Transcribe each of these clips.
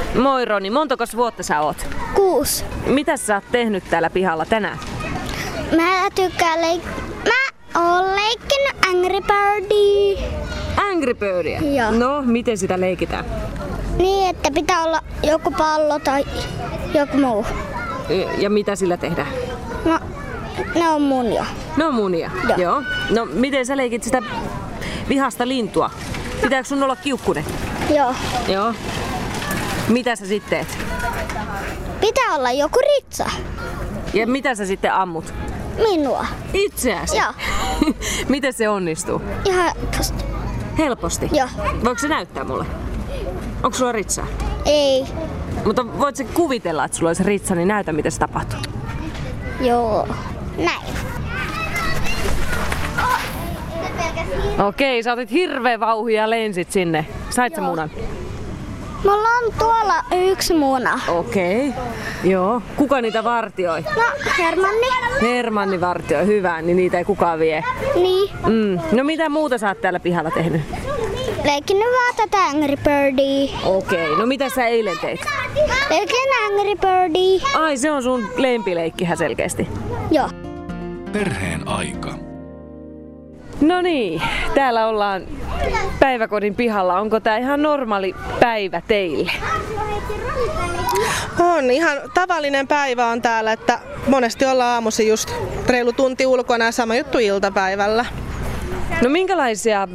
Moi Roni, montako vuotta sä oot? 6. Mitä sä oot tehnyt täällä pihalla tänään? Mä tykkään Mä oon leikkinyt Angry Birdia. Angry Birdia? Joo. No, miten sitä leikitään? Niin, että pitää olla joku pallo tai joku muu. Ja mitä sillä tehdään? No, ne on munia. Ne on munia? Joo. No, miten sä leikit sitä vihasta lintua? Pitääkö sun olla kiukkunen? Joo. Joo. Mitä sä sitten teet? Pitää olla joku ritsa. Ja mitä sä sitten ammut? Minua. Itseäsi? Joo. Miten se onnistuu? Ihan helposti. Helposti? Joo. Voitko se näyttää mulle? Onko sulla ritsaa? Ei. Mutta voit sä kuvitella, että sulla olisi ritsa, niin näytä miten se tapahtuu. Joo. Näin. Okei, sä otit hirveä vauhi ja lensit sinne. Sait sä munan? Mulla on tuolla yksi muna. Okei. Joo. Kuka niitä vartioi? No, Hermanni. Hermanni vartioi. Hyvä, niin niitä ei kukaan vie. Niin. No mitä muuta sä oot täällä pihalla tehnyt? Leikin vaan tätä Angry Birdia. Okei. No mitä sä eilen teit? Leikin Angry Birdia. Ai, se on sun lempileikkihän selkeästi. Joo. Perheen aika. No niin, täällä ollaan päiväkodin pihalla. Onko tää ihan normaali päivä teille? On ihan tavallinen päivä on täällä, että monesti ollaan aamuisin just reilu tunti ulkona ja sama juttu iltapäivällä. No minkälaisia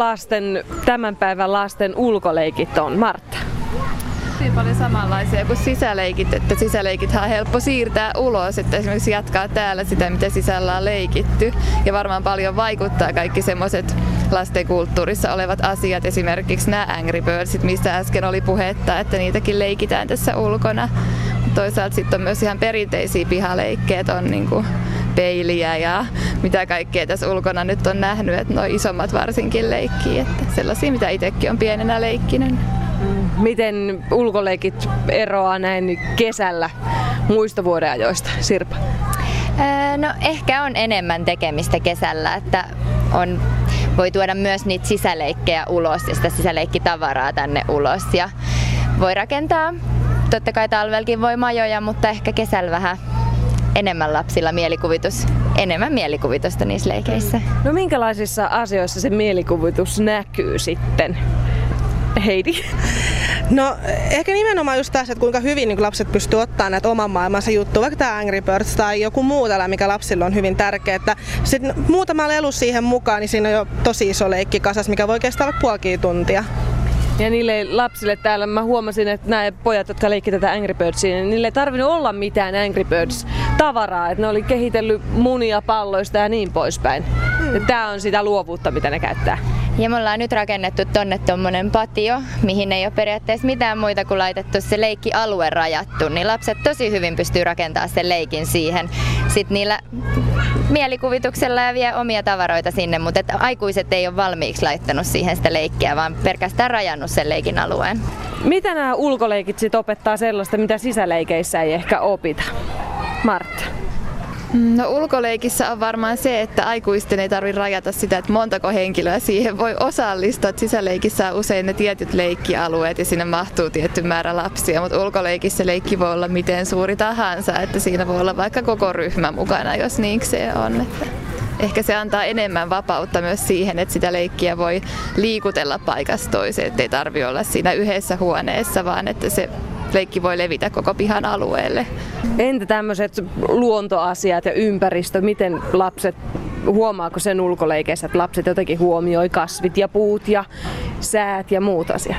tämän päivän lasten ulkoleikit on, Martta? Hyvin paljon samanlaisia kuin sisäleikit, että sisäleikithän on helppo siirtää ulos, että esimerkiksi jatkaa täällä sitä, mitä sisällä on leikitty. Ja varmaan paljon vaikuttaa kaikki semmoiset lastenkulttuurissa olevat asiat, esimerkiksi nämä Angry Birdsit, mistä äsken oli puhetta, että niitäkin leikitään tässä ulkona. Toisaalta sitten on myös ihan perinteisiä pihaleikkejä, että on niinku peiliä ja mitä kaikkea tässä ulkona nyt on nähnyt, että nuo isommat varsinkin leikkii, että sellaisia, mitä itsekin on pienenä leikkinyt. Miten ulkoleikit eroaa näin kesällä muista vuodenajoista, Sirpa? No ehkä on enemmän tekemistä kesällä, että voi tuoda myös niitä sisäleikkejä ulos ja sitä sisäleikkitavaraa tänne ulos ja voi rakentaa. Totta kai talvelkin voi majoja, mutta ehkä kesällä vähän enemmän lapsilla enemmän mielikuvitusta niissä leikeissä. No minkälaisissa asioissa se mielikuvitus näkyy sitten? Heidi? No ehkä nimenomaan just tässä, että kuinka hyvin niin lapset pystyy ottaa näitä oman maailmansa juttuja, vaikka tämä Angry Birds tai joku muu tällä, mikä lapsille on hyvin tärkeää. Sitten muutama lelu siihen mukaan, niin siinä on jo tosi iso leikki kasas, mikä voi kestää vaikka puolikin tuntia. Ja niille lapsille täällä mä huomasin, että nämä pojat, jotka leikki tätä Angry Birdsia, niin niille ei tarvinnut olla mitään Angry Birds-tavaraa. Että ne oli kehitellyt munia palloista ja niin poispäin. Tää on sitä luovuutta, mitä ne käyttää. Ja me ollaan nyt rakennettu tonne tommonen patio, mihin ei ole periaatteessa mitään muita kuin laitettu se leikkialue rajattu. Niin lapset tosi hyvin pystyy rakentamaan sen leikin siihen. Sitten niillä mielikuvituksella ja vie omia tavaroita sinne, mutta aikuiset ei ole valmiiksi laittanut siihen sitä leikkiä, vaan pelkästään rajannut sen leikin alueen. Mitä nämä ulkoleikit sit opettaa sellaista, mitä sisäleikeissä ei ehkä opita? Martta? No ulkoleikissä on varmaan se, että aikuisten ei tarvitse rajata sitä, että montako henkilöä siihen voi osallistua. Että sisäleikissä on usein ne tietyt leikkialueet ja sinne mahtuu tietty määrä lapsia, mutta ulkoleikissä leikki voi olla miten suuri tahansa, että siinä voi olla vaikka koko ryhmä mukana, jos niikseen on. Että ehkä se antaa enemmän vapautta myös siihen, että sitä leikkiä voi liikutella paikasta toiseen, ettei tarvitse olla siinä yhdessä huoneessa, vaan että se leikki voi levitä koko pihan alueelle. Entä tämmöiset luontoasiat ja ympäristö, miten huomaako sen ulkoleikeissä, että lapset jotenkin huomioi kasvit ja puut ja säät ja muut asiat?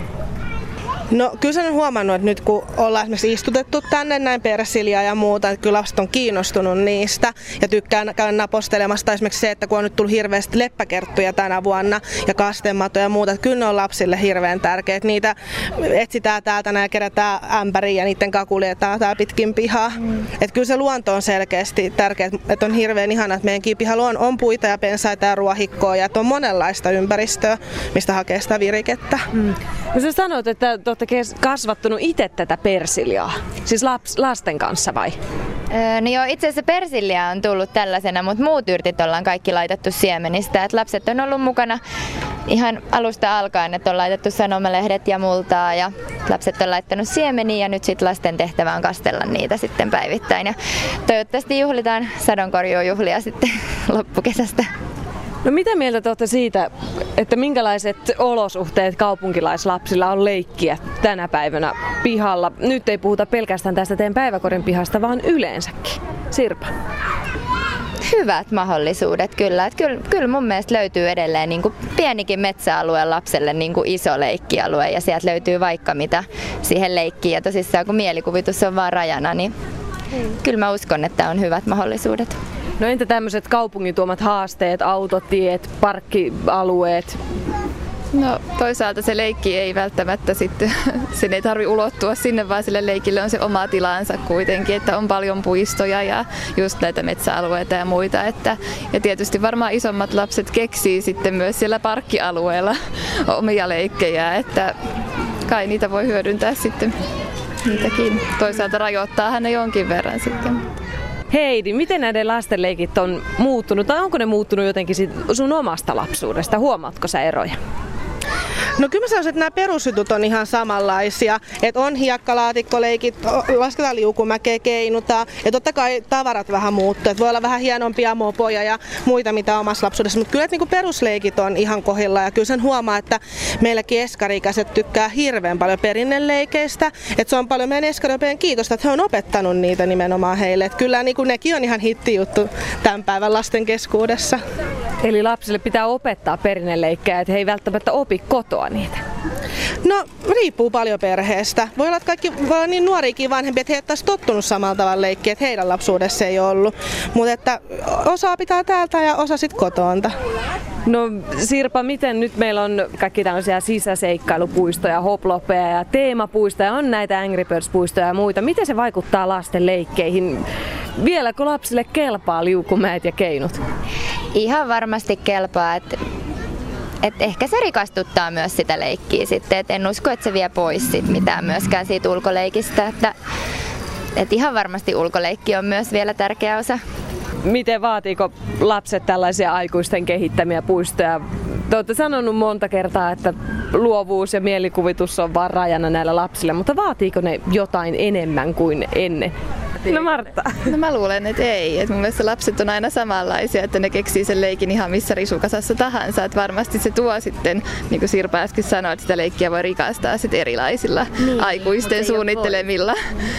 No kyllä sen on huomannut, että nyt kun ollaan esimerkiksi istutettu tänne näin persiljaa ja muuta, että kyllä lapset on kiinnostunut niistä ja tykkää käydä napostelemasta. Esimerkiksi se, että kun on nyt tullut hirveästi leppäkerttuja tänä vuonna ja kastematoja ja muuta, että kyllä ne on lapsille hirveän tärkeät. Niitä etsitään täältä ja kerätään ämpäriin ja niiden kanssa kuljetaan täällä pitkin pihaa. Että kyllä se luonto on selkeästi tärkeää, että on hirveän ihana, että meidänkin pihalla on puita ja pensaita ja ruohikkoa ja että on monenlaista ympäristöä, mistä hakee sitä virikettä. No sä sanoit, että te olette kasvattanut itse tätä persiljaa, siis lasten kanssa vai? No joo, itse asiassa persilja on tullut tällaisena, mutta muut yrtit ollaan kaikki laitettu siemenistä. Et lapset on ollut mukana ihan alusta alkaen, että on laitettu sanomalehdet ja multaa ja lapset on laittanut siemeniä ja nyt sitten lasten tehtävä on kastella niitä sitten päivittäin. Ja toivottavasti juhlitaan sadonkorjuujuhlia sitten loppukesästä. No mitä mieltä te olette siitä, että minkälaiset olosuhteet kaupunkilaislapsilla on leikkiä tänä päivänä pihalla? Nyt ei puhuta pelkästään tästä teidän päiväkodin pihasta, vaan yleensäkin. Sirpa. Hyvät mahdollisuudet kyllä. Että kyllä mun mielestä löytyy edelleen niin kuin pienikin metsäalue lapselle niin kuin iso leikkialue ja sieltä löytyy vaikka mitä siihen leikkiin. Ja tosissaan kun mielikuvitus on vaan rajana, niin kyllä mä uskon, että on hyvät mahdollisuudet. No entä tämmöiset kaupungin tuomat haasteet, autotiet, parkkialueet? No toisaalta se leikki ei välttämättä sitten, sen ei tarvitse ulottua sinne, vaan sille leikille on se oma tilansa kuitenkin, että on paljon puistoja ja just näitä metsäalueita ja muita. Ja tietysti varmaan isommat lapset keksii sitten myös siellä parkkialueella omia leikkejä, että kai niitä voi hyödyntää sitten niitäkin. Toisaalta rajoittaa hän jonkin verran sitten. Heidi, miten näiden lasten leikit on muuttunut, tai onko ne muuttunut jotenkin sun omasta lapsuudesta? Huomaatko sä eroja? No kyllä mä sanoisin, että nämä perusjutut on ihan samanlaisia. Että on hiekkalaatikkoleikit, lasketaan liukumäkeä, keinutaan. Ja totta kai tavarat vähän muuttuu. Että voi olla vähän hienompia mopoja ja muita mitä omassa lapsuudessa. Mutta kyllä että niinku perusleikit on ihan kohdillaan. Ja kyllä sen huomaa, että meillä keskari-ikäiset tykkää hirveän paljon perinneleikeistä. Että se on paljon meidän eskariopeen kiitosta, että he on opettanut niitä nimenomaan heille. Että kyllä niinku nekin on ihan hittijuttu tämän päivän lasten keskuudessa. Eli lapsille pitää opettaa perinnelleikkejä, että he ei välttämättä opi kotoa niitä. No, riippuu paljon perheestä. Voi olla, että kaikki voi olla niin nuoriakin vanhempia, että he eivät tottunut samalla tavalla leikkiä, että heidän lapsuudessa ei ollut. Mutta että osa pitää täältä ja osa sitten kotoonta. No Sirpa, miten nyt meillä on kaikki tällaisia sisäseikkailupuistoja, hoplopeja ja teemapuistoja, on näitä Angry Birds-puistoja ja muita. Miten se vaikuttaa lasten leikkeihin? Vieläkö lapsille kelpaa liukumäet ja keinut? Ihan varmasti kelpaa, että ehkä se rikastuttaa myös sitä leikkiä sitten, et en usko, että se vie pois sit mitään myöskään siitä ulkoleikistä, että ihan varmasti ulkoleikki on myös vielä tärkeä osa. Miten vaatiiko lapset tällaisia aikuisten kehittämiä puistoja? Te olette sanonut monta kertaa, että luovuus ja mielikuvitus on vaan rajana näillä lapsilla, mutta vaatiiko ne jotain enemmän kuin ennen? No Martta. No mä luulen, että ei. Et mun mielestä lapset on aina samanlaisia, että ne keksii sen leikin ihan missä risukasassa tahansa. Et varmasti se tuo sitten, niin kuin Sirpa äsken sanoi, että sitä leikkiä voi rikastaa sit erilaisilla aikuisten suunnittelemilla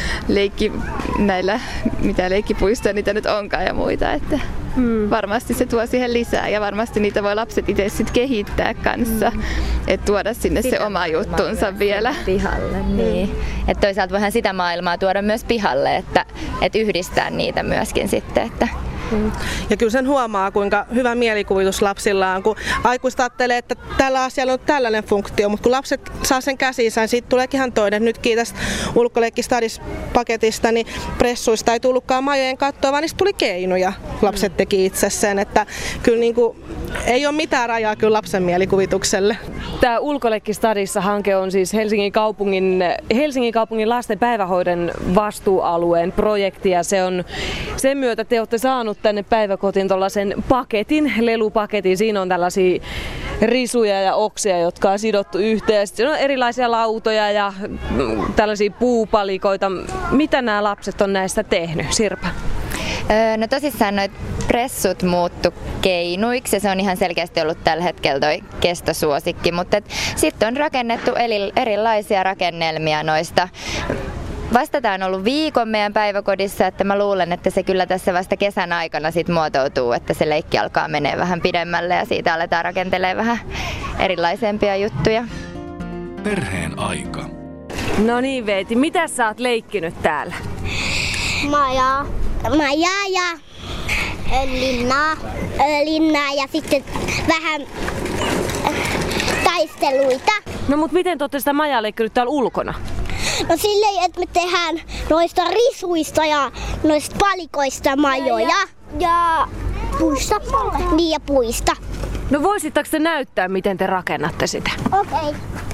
näillä, mitä leikkipuistoja niitä nyt onkaan ja muita. Että varmasti se tuo siihen lisää ja varmasti niitä voi lapset itse sitten kehittää kanssa, että tuoda sinne sitä se oma juttunsa vielä. Pihalle, niin. Että toisaalta voihan sitä maailmaa tuoda myös pihalle, että yhdistää niitä myöskin sitten. Että ja kyllä sen huomaa, kuinka hyvä mielikuvitus lapsilla on, kun aikuiset ajattelee, että tällä asialla on tällainen funktio, mutta kun lapset saa sen käsiinsä, niin siitä tuleekin ihan toinen. Nyt kiitos ulkoleikkistadispaketista, niin pressuista ei tullutkaan majojen kattoa, vaan niistä tuli keinuja. Lapset teki itse sen, että kyllä niin kuin, ei ole mitään rajaa kyllä lapsen mielikuvitukselle. Tämä Ulkoleikkistadissa-hanke on siis Helsingin kaupungin lasten päivähoidon vastuualueen projekti ja sen myötä te olette saanut tänne päiväkotiin tuollaisen paketin, lelupaketin. Siinä on tällaisia risuja ja oksia, jotka on sidottu yhteen. Sitten on erilaisia lautoja ja tällaisia puupalikoita. Mitä nämä lapset on näistä tehnyt, Sirpa? No tosissaan noit pressut muuttu keinuiksi ja se on ihan selkeästi ollut tällä hetkellä toi kestosuosikki, mutta sitten on rakennettu erilaisia rakennelmia noista. Vasta tämä on ollut viikon meidän päiväkodissa, että mä luulen, että se kyllä tässä vasta kesän aikana sit muotoutuu, että se leikki alkaa menee vähän pidemmälle ja siitä aletaan rakentelemaan vähän erilaisempia juttuja. Perheen aika. No niin Veeti, mitä sä oot leikkinyt täällä? Maja ja Linnaa ja sitten vähän taisteluita. No mut miten te ootte sitä majaa leikkinyt täällä ulkona? No silleen, että me tehdään noista risuista ja noista palikoista majoja. Ja puista. Niin ja puista. No voisitteko te näyttää, miten te rakennatte sitä? Okei.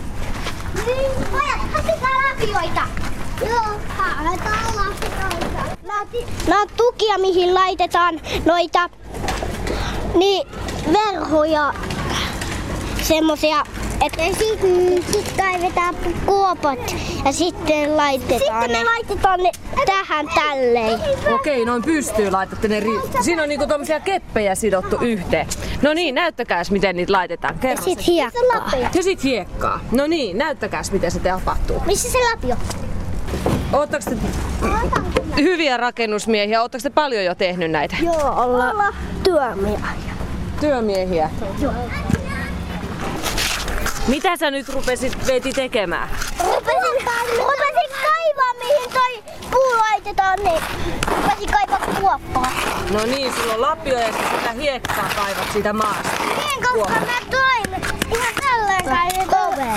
Hakikaa lapioita. Joo, haetaan lapioita. Nämä on tukia, mihin laitetaan noita verhoja. semmosia, että sit kaivetaan kuopat ja sitten laitetaan ne tähän tälleen. Okei, noin pystyy laitatte ne. Siinä on niinku tommosia keppejä sidottu yhteen. No niin, näyttäkääs miten niitä laitetaan. Ja sit hiekkaa. Ja sit hiekkaa. No niin, näyttäkääs miten se tapahtuu. Missä se lapio? Ootteko te hyviä rakennusmiehiä? Ootteko te paljon jo tehnyt näitä? Joo, ollaan työmiehiä. Työmiehiä? Joo. Mitä sä nyt Veeti tekemään? Rupesin kaivaa mihin toi puu laitetaan, niin rupesin kaivaa kuoppaa. No niin, sulla on lapio ja sitä hiekkaa kaivat siitä maasta. Niin, koska mä toin ihan tälleen kaivetaan.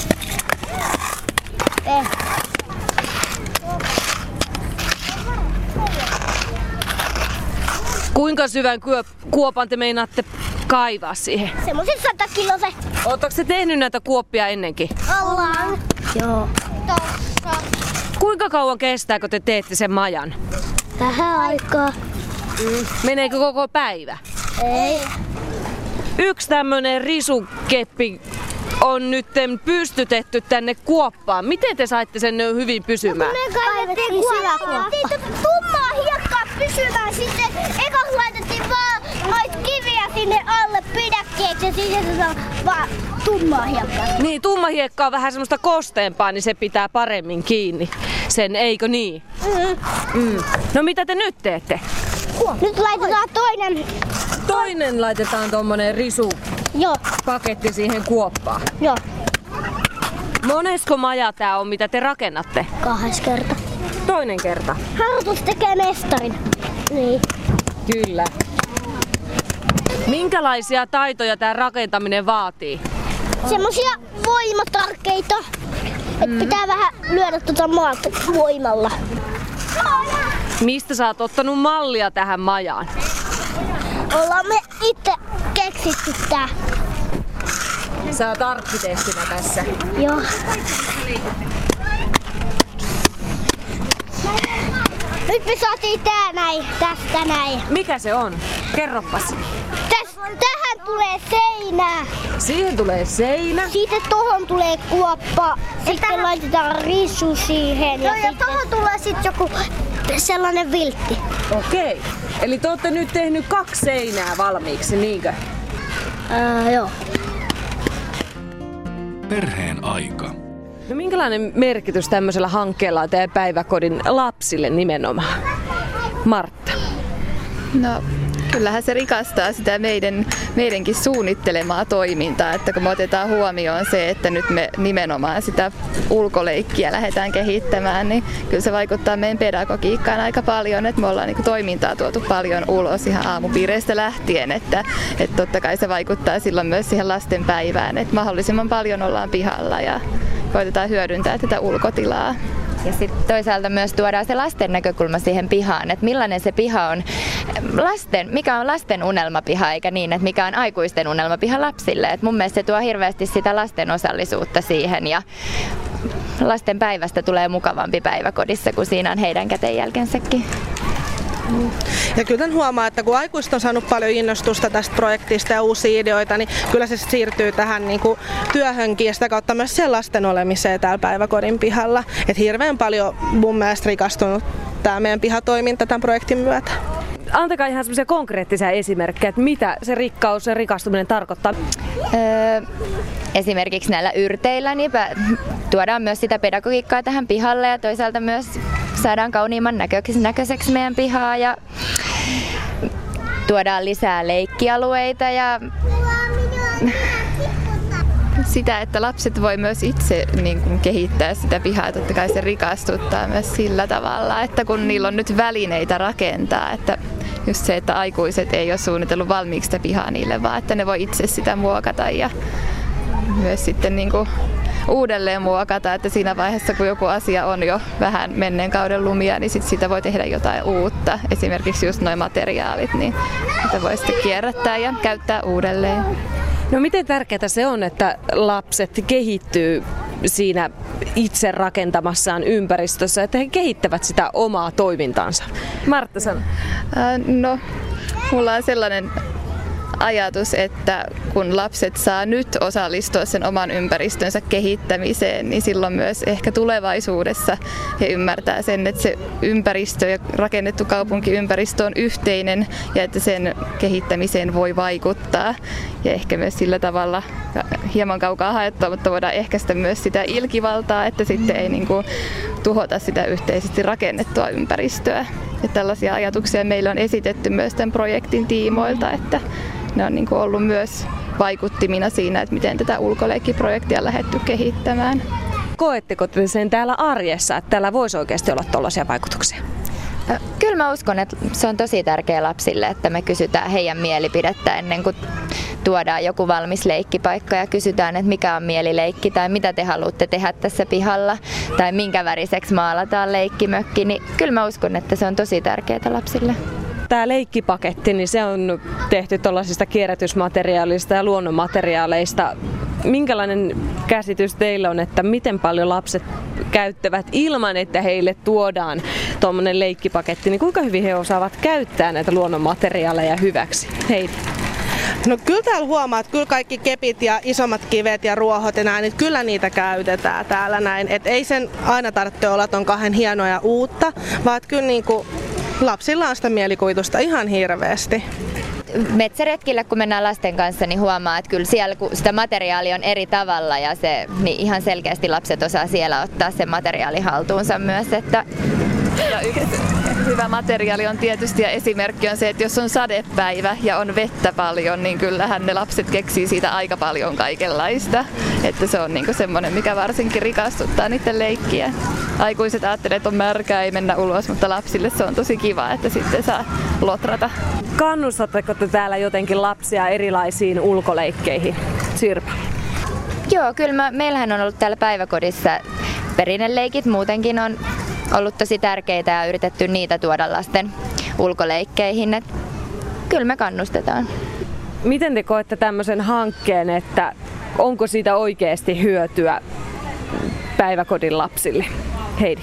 Kuinka syvän kuopan te meinaatte kaivaa siihen? Semmoisen 100 kilosen. Ootteko te tehnyt näitä kuoppia ennenkin? Ollaan. Joo. Kuinka kauan kestää, kun te teette sen majan? Vähän aikaa. Meneekö koko päivä? Ei. Yksi tämmönen risukeppi on nyt pystytetty tänne kuoppaan. Miten te saitte sen hyvin pysymään? Me kaivettiin tummaa hiekkaa pysymään. Sitten eka laitettiin vaan noit kiviä sinne alle pidäkkeeksi ja sitten se on vaan tummaa hiekkaa. Niin, tumma hiekka on vähän semmoista kosteempaa, niin se pitää paremmin kiinni sen, eikö niin? No mitä te nyt teette? Nyt laitetaan toinen. Toinen laitetaan tommonen Joo. paketti siihen kuoppaan. Joo. Monesko maja tää on, mitä te rakennatte? 2 kertaa. Toinen kerta. Harjoitus tekee mestarin. Niin. Kyllä. Minkälaisia taitoja tää rakentaminen vaatii? Semmosia voimatarkkeita. Et pitää vähän lyödä tuota maata voimalla. Mistä sä oot ottanut mallia tähän majaan? Ollaan me itse keksitty tää. Sä oot arkkitehtinä tässä. Joo. Nyt me saatiin tää näin, tästä näin. Mikä se on? Kerropas. Tähän tulee seinä. Siihen tulee seinä. Sitten tohon tulee kuoppa. Sitten laitetaan risu siihen. Ja tohon tulee sitten joku sellainen viltti. Okei. Eli te ootte nyt tehnyt 2 seinää valmiiksi, niinkö? Joo. Perheen aika. No minkälainen merkitys tämmöisellä hankkeella on teidän päiväkodin lapsille nimenomaan? Martta. No, kyllähän se rikastaa sitä meidänkin suunnittelemaa toimintaa, että kun me otetaan huomioon se, että nyt me nimenomaan sitä ulkoleikkiä lähdetään kehittämään, niin kyllä se vaikuttaa meidän pedagogiikkaan aika paljon, että me ollaan niin kuin toimintaa tuotu paljon ulos ihan aamupiireistä lähtien, että totta kai se vaikuttaa silloin myös siihen lasten päivään, että mahdollisimman paljon ollaan pihalla ja koitetaan hyödyntää tätä ulkotilaa. Ja sitten toisaalta myös tuodaan se lasten näkökulma siihen pihaan, että millainen se piha on mikä on lasten unelmapiha eikä niin, että mikä on aikuisten unelmapiha lapsille. Et mun mielestä se tuo hirveästi sitä lasten osallisuutta siihen ja lasten päivästä tulee mukavampi päiväkodissa, kun siinä on heidän kädenjälkensäkin. Ja kyllä tämän huomaa, että kun aikuiset on saanut paljon innostusta tästä projektista ja uusia ideoita, niin kyllä se siirtyy tähän niin kuin työhönkin ja sitä kautta myös sen lasten olemiseen täällä päiväkodin pihalla. Et hirveän paljon mun mielestä rikastunut tämä meidän pihatoiminta tämän projektin myötä. Antakaa ihan semmoisia konkreettisia esimerkkejä, että mitä se rikkaus ja rikastuminen tarkoittaa. Esimerkiksi näillä yrteillä niin tuodaan myös sitä pedagogiikkaa tähän pihalle ja toisaalta myös saadaan kauniimman näköiseksi meidän pihaa ja tuodaan lisää leikkialueita ja sitä, että lapset voi myös itse niin kuin kehittää sitä pihaa, totta kai se rikastuttaa myös sillä tavalla, että kun niillä on nyt välineitä rakentaa, että just se, että aikuiset ei ole suunnitellut valmiiksi sitä pihaa niille, vaan että ne voi itse sitä muokata ja myös sitten niin kuin uudelleen muokata, että siinä vaiheessa kun joku asia on jo vähän menneen kauden lumia, niin sitten siitä voi tehdä jotain uutta. Esimerkiksi just nuo materiaalit, niin niitä voi sitten kierrättää ja käyttää uudelleen. No miten tärkeää se on, että lapset kehittyy siinä itse rakentamassaan ympäristössä, että he kehittävät sitä omaa toimintaansa? Martta sano. No, mulla on sellainen ajatus, että kun lapset saa nyt osallistua sen oman ympäristönsä kehittämiseen, niin silloin myös ehkä tulevaisuudessa he ymmärtää sen, että se ympäristö ja rakennettu kaupunkiympäristö on yhteinen ja että sen kehittämiseen voi vaikuttaa. Ja ehkä myös sillä tavalla hieman kaukaa haettua, mutta voidaan ehkäistä myös sitä ilkivaltaa, että sitten ei niin kuin tuhota sitä yhteisesti rakennettua ympäristöä. Ja tällaisia ajatuksia meillä on esitetty myös tämän projektin tiimoilta, että ne on niin kuin ollut myös vaikuttimina siinä, että miten tätä ulkoleikkiprojektia on lähdetty kehittämään. Koetteko te sen täällä arjessa, että täällä voisi oikeasti olla tällaisia vaikutuksia? Kyllä mä uskon, että se on tosi tärkeä lapsille, että me kysytään heidän mielipidettä ennen kuin tuodaan joku valmis leikkipaikka ja kysytään, että mikä on mielileikki tai mitä te haluatte tehdä tässä pihalla tai minkä väriseksi maalataan leikkimökki, niin kyllä mä uskon, että se on tosi tärkeää lapsille. Tämä leikkipaketti, niin se on tehty tuollaisista kierrätysmateriaalista ja luonnonmateriaaleista. Minkälainen käsitys teillä on, että miten paljon lapset käyttävät ilman, että heille tuodaan tuommoinen leikkipaketti, niin kuinka hyvin he osaavat käyttää näitä luonnonmateriaaleja hyväksi? Heidi. No kyllä täällä huomaa, että kyllä kaikki kepit ja isommat kivet ja ruohot ja näin, niin kyllä niitä käytetään täällä näin. Et ei sen aina tarvitse olla, että on kahden hienoa ja uutta, vaan kyllä niinku lapsilla on sitä mielikuvitusta ihan hirveästi. Metsäretkillä, kun mennään lasten kanssa, niin huomaa, että kyllä siellä kun sitä materiaalia on eri tavalla ja niin ihan selkeästi lapset osaa siellä ottaa sen materiaalin haltuunsa myös. Että ja yksi hyvä materiaali on tietysti ja esimerkki on se, että jos on sadepäivä ja on vettä paljon, niin kyllähän ne lapset keksii siitä aika paljon kaikenlaista. Että se on niinku semmoinen, mikä varsinkin rikastuttaa niiden leikkiä. Aikuiset ajattelee, että on märkää, ei mennä ulos, mutta lapsille se on tosi kiva, että sitten saa lotrata. Kannustatteko te täällä jotenkin lapsia erilaisiin ulkoleikkeihin? Sirpa? Joo, kyllä meillähän on ollut täällä päiväkodissa perinneleikit muutenkin on ollut tosi tärkeitä ja yritetty niitä tuoda lasten ulkoleikkeihin. Et kyllä me kannustetaan. Miten te koette tämmöisen hankkeen, että onko siitä oikeasti hyötyä päiväkodin lapsille? Heidi.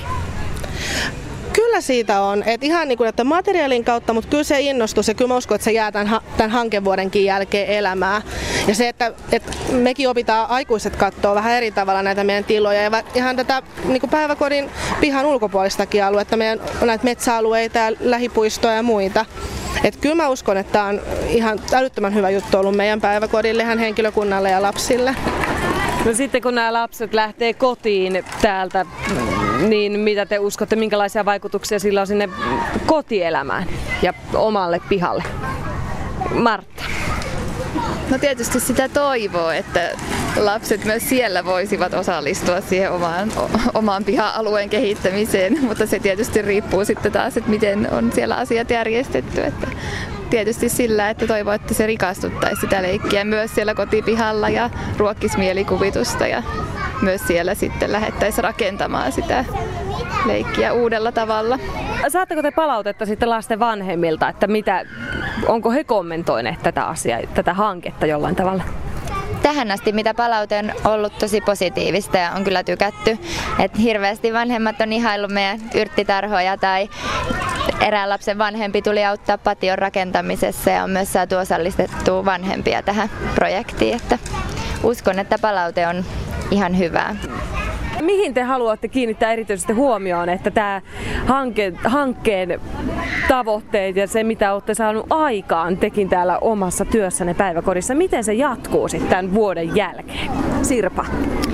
Kyllä siitä on, että ihan niin kuin, että materiaalin kautta, mutta kyllä se innostus ja kyllä mä uskon, että se jää tämän hankevuodenkin jälkeen elämään. Ja se, että mekin opitaan aikuiset katsoa vähän eri tavalla näitä meidän tiloja ja ihan tätä niin kuin päiväkodin pihan ulkopuolistakin aluetta, meidän on näitä metsäalueita ja lähipuistoja ja muita. Että kyllä mä uskon, että tämä on ihan älyttömän hyvä juttu ollut meidän päiväkodille, ihan henkilökunnalle ja lapsille. No sitten kun nämä lapset lähtee kotiin täältä, niin mitä te uskotte, minkälaisia vaikutuksia sillä on sinne kotielämään ja omalle pihalle? Martta. No tietysti sitä toivoo, että lapset myös siellä voisivat osallistua siihen omaan piha-alueen kehittämiseen, mutta se tietysti riippuu sitten taas, että miten on siellä asiat järjestetty. Että tietysti sillä, että toivoo, että se rikastuttaisi sitä leikkiä myös siellä kotipihalla ja ruokkisi mielikuvitusta ja myös siellä sitten lähdettäisiin rakentamaan sitä leikkiä uudella tavalla. Saatteko te palautetta sitten lasten vanhemmilta, että onko he kommentoineet tätä asiaa, tätä hanketta jollain tavalla? Tähän asti mitä palaute on ollut tosi positiivista ja on kyllä tykätty. Et hirveästi vanhemmat on ihaillut meidän yrttitarhoja tai erään lapsen vanhempi tuli auttaa pation rakentamisessa ja on myös saatu osallistettua vanhempia tähän projektiin. Että uskon, että palaute on ihan hyvää. Mihin te haluatte kiinnittää erityisesti huomioon, että tämä hankkeen tavoitteet ja se, mitä olette saanut aikaan tekin täällä omassa työssänne päiväkodissa, miten se jatkuu sitten tämän vuoden jälkeen? Sirpa.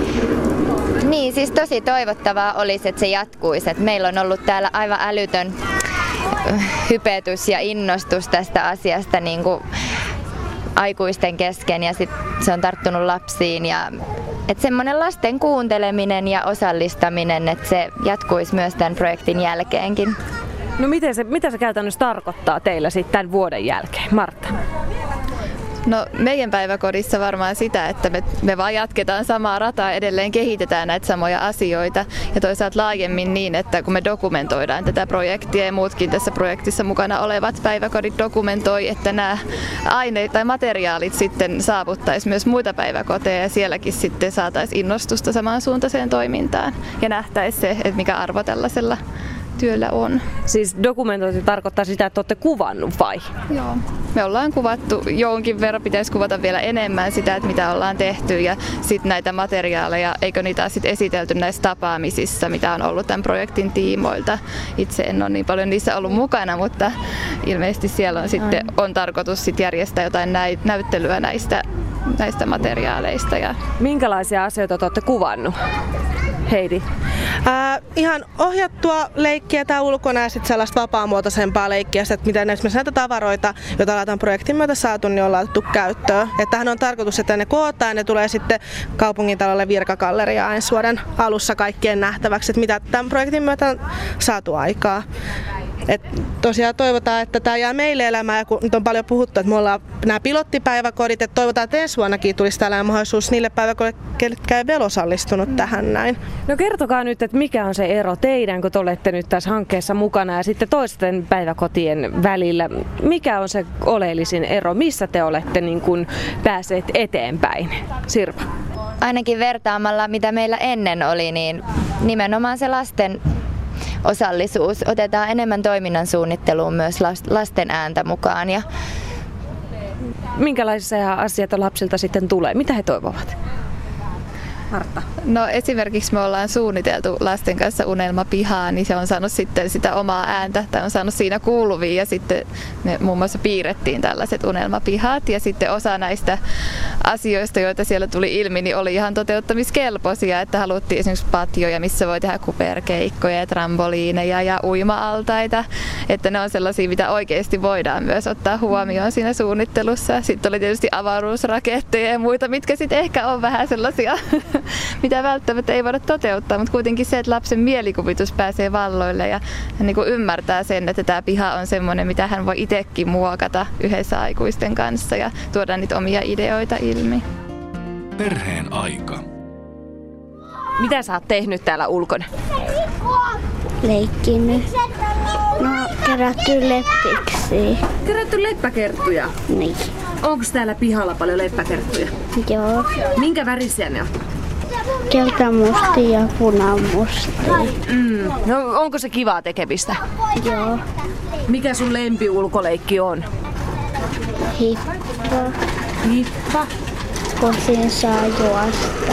Niin, siis tosi toivottavaa olisi, että se jatkuisi. Että meillä on ollut täällä aivan älytön hypetys ja innostus tästä asiasta niin kuin aikuisten kesken ja sit se on tarttunut lapsiin ja että semmoinen lasten kuunteleminen ja osallistaminen, että se jatkuisi myös tämän projektin jälkeenkin. No mitä se käytännössä tarkoittaa teillä sitten tämän vuoden jälkeen, Martta? No meidän päiväkodissa varmaan sitä, että me vaan jatketaan samaa rataa, edelleen kehitetään näitä samoja asioita ja toisaalta laajemmin niin, että kun me dokumentoidaan tätä projektia ja muutkin tässä projektissa mukana olevat päiväkodit dokumentoi, että nämä aineet tai materiaalit sitten saavuttaisi myös muita päiväkoteja ja sielläkin sitten saataisiin innostusta samansuuntaiseen toimintaan ja nähtäisi se, että mikä arvo tällaisella työllä on. Siis dokumentointi tarkoittaa sitä, että olette kuvannut vai? Joo. Me ollaan kuvattu, jonkin verran pitäisi kuvata vielä enemmän sitä, että mitä ollaan tehty ja sitten näitä materiaaleja, eikö niitä ole sitten esitelty näissä tapaamisissa, mitä on ollut tämän projektin tiimoilta. Itse en ole niin paljon niissä ollut mukana, mutta ilmeisesti siellä on sitten on tarkoitus sit järjestää jotain näyttelyä näistä materiaaleista. Minkälaisia asioita te olette kuvannut? Heidi? Ihan ohjattua leikkiä tää ulkona ja sitten sellaista vapaamuotoisempaa leikkiä, että miten esimerkiksi näitä tavaroita, joita ollaan tämän projektin myötä saatu, niin ollaan otettu käyttöön. Että tämähän on tarkoitus, että ne kootaan ja ne tulee sitten kaupungintalolle Virkagalleriaan ensi vuoden alussa kaikkien nähtäväksi, että mitä tämän projektin myötä on saatu aikaa. Et tosiaan toivotaan, että tämä jää meille elämään, ja kun nyt on paljon puhuttu, että me ollaan nämä pilottipäiväkodit, että toivotaan, että ensi vuonnakin tulisi tällainen mahdollisuus niille päiväkodille, ketkä ei vielä osallistunut tähän näin. No kertokaa nyt, että mikä on se ero teidän, kun te olette nyt tässä hankkeessa mukana ja sitten toisten päiväkotien välillä. Mikä on se oleellisin ero? Missä te olette niin kuin päässeet eteenpäin? Sirpa? Ainakin vertaamalla, mitä meillä ennen oli, niin nimenomaan se lasten osallisuus. Otetaan enemmän toiminnan suunnitteluun myös lasten ääntä mukaan. Minkälaisia asioita lapsilta sitten tulee? Mitä he toivovat? Martta? No esimerkiksi me ollaan suunniteltu lasten kanssa unelmapihaa, niin se on saanut sitten sitä omaa ääntä, tai on saanut siinä kuuluvia, ja sitten me muun muassa piirrettiin tällaiset unelmapihat, ja sitten osa näistä asioista, joita siellä tuli ilmi, niin oli ihan toteuttamiskelpoisia, että haluttiin esimerkiksi patjoja, missä voi tehdä kuperkeikkoja ja trampoliineja ja uima-altaita, että ne on sellaisia, mitä oikeasti voidaan myös ottaa huomioon siinä suunnittelussa. Sitten oli tietysti avaruusraketteja ja muita, mitkä sitten ehkä on vähän sellaisia mitä välttämättä ei voida toteuttaa, mutta kuitenkin se, että lapsen mielikuvitus pääsee valloille ja hän niin kuin ymmärtää sen, että tämä piha on semmoinen, mitä hän voi itsekin muokata yhdessä aikuisten kanssa ja tuoda niitä omia ideoita ilmi. Perheen aika. Mitä sä oot tehnyt täällä ulkona? Leikkinyt. No, kerätty leppiksi. Kerätty leppäkerttuja? Niin. Onko täällä pihalla paljon leppäkerttuja? Joo. Minkä värisiä ne on? Keltamusti ja punamusti. No, onko se kivaa tekemistä? Joo. Mikä sun lempiulkoleikki on? Hippa. Hippa. Kun siinä saa juosta.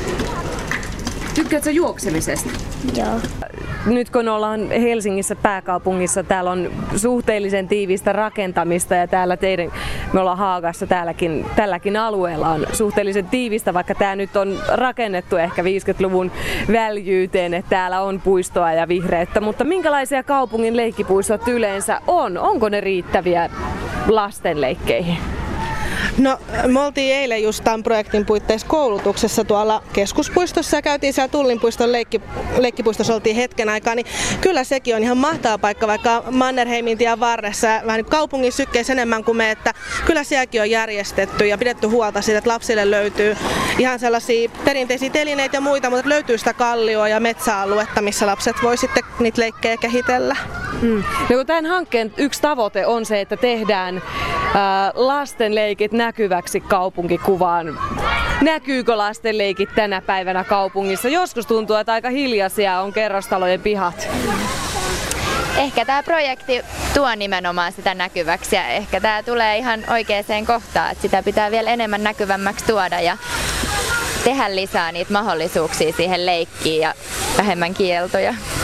Tykkäätkö juoksemisesta? Joo. Nyt kun ollaan Helsingissä pääkaupungissa, täällä on suhteellisen tiivistä rakentamista ja täällä me ollaan Haagassa, tälläkin alueella on suhteellisen tiivistä, vaikka tämä nyt on rakennettu ehkä 50-luvun väljyyteen, että täällä on puistoa ja vihreyttä, mutta minkälaisia kaupungin leikkipuistot yleensä on? Onko ne riittäviä lastenleikkeihin? No, me oltiin eilen just tämän projektin puitteissa koulutuksessa tuolla keskuspuistossa ja käytiin siellä Tullinpuiston leikkipuistossa oltiin hetken aikaa, niin kyllä sekin on ihan mahtava paikka, vaikka Mannerheimin tien varressa ja vähän niin kaupungin sykkeessä enemmän kuin me, että kyllä sielläkin on järjestetty ja pidetty huolta siitä, että lapsille löytyy ihan sellaisia perinteisiä telineitä ja muita, mutta löytyy sitä kallioa ja metsäaluetta, missä lapset voi sitten niitä leikkejä kehitellä. No, tämän hankkeen yksi tavoite on se, että tehdään lastenleikit näkyväksi kaupunkikuvaan. Näkyykö lastenleikit tänä päivänä kaupungissa? Joskus tuntuu, että aika hiljaisia on kerrostalojen pihat. Ehkä tämä projekti tuo nimenomaan sitä näkyväksi ja ehkä tämä tulee ihan oikeaan kohtaan, että sitä pitää vielä enemmän näkyvämmäksi tuoda ja tehdä lisää niitä mahdollisuuksia siihen leikkiin ja vähemmän kieltoja.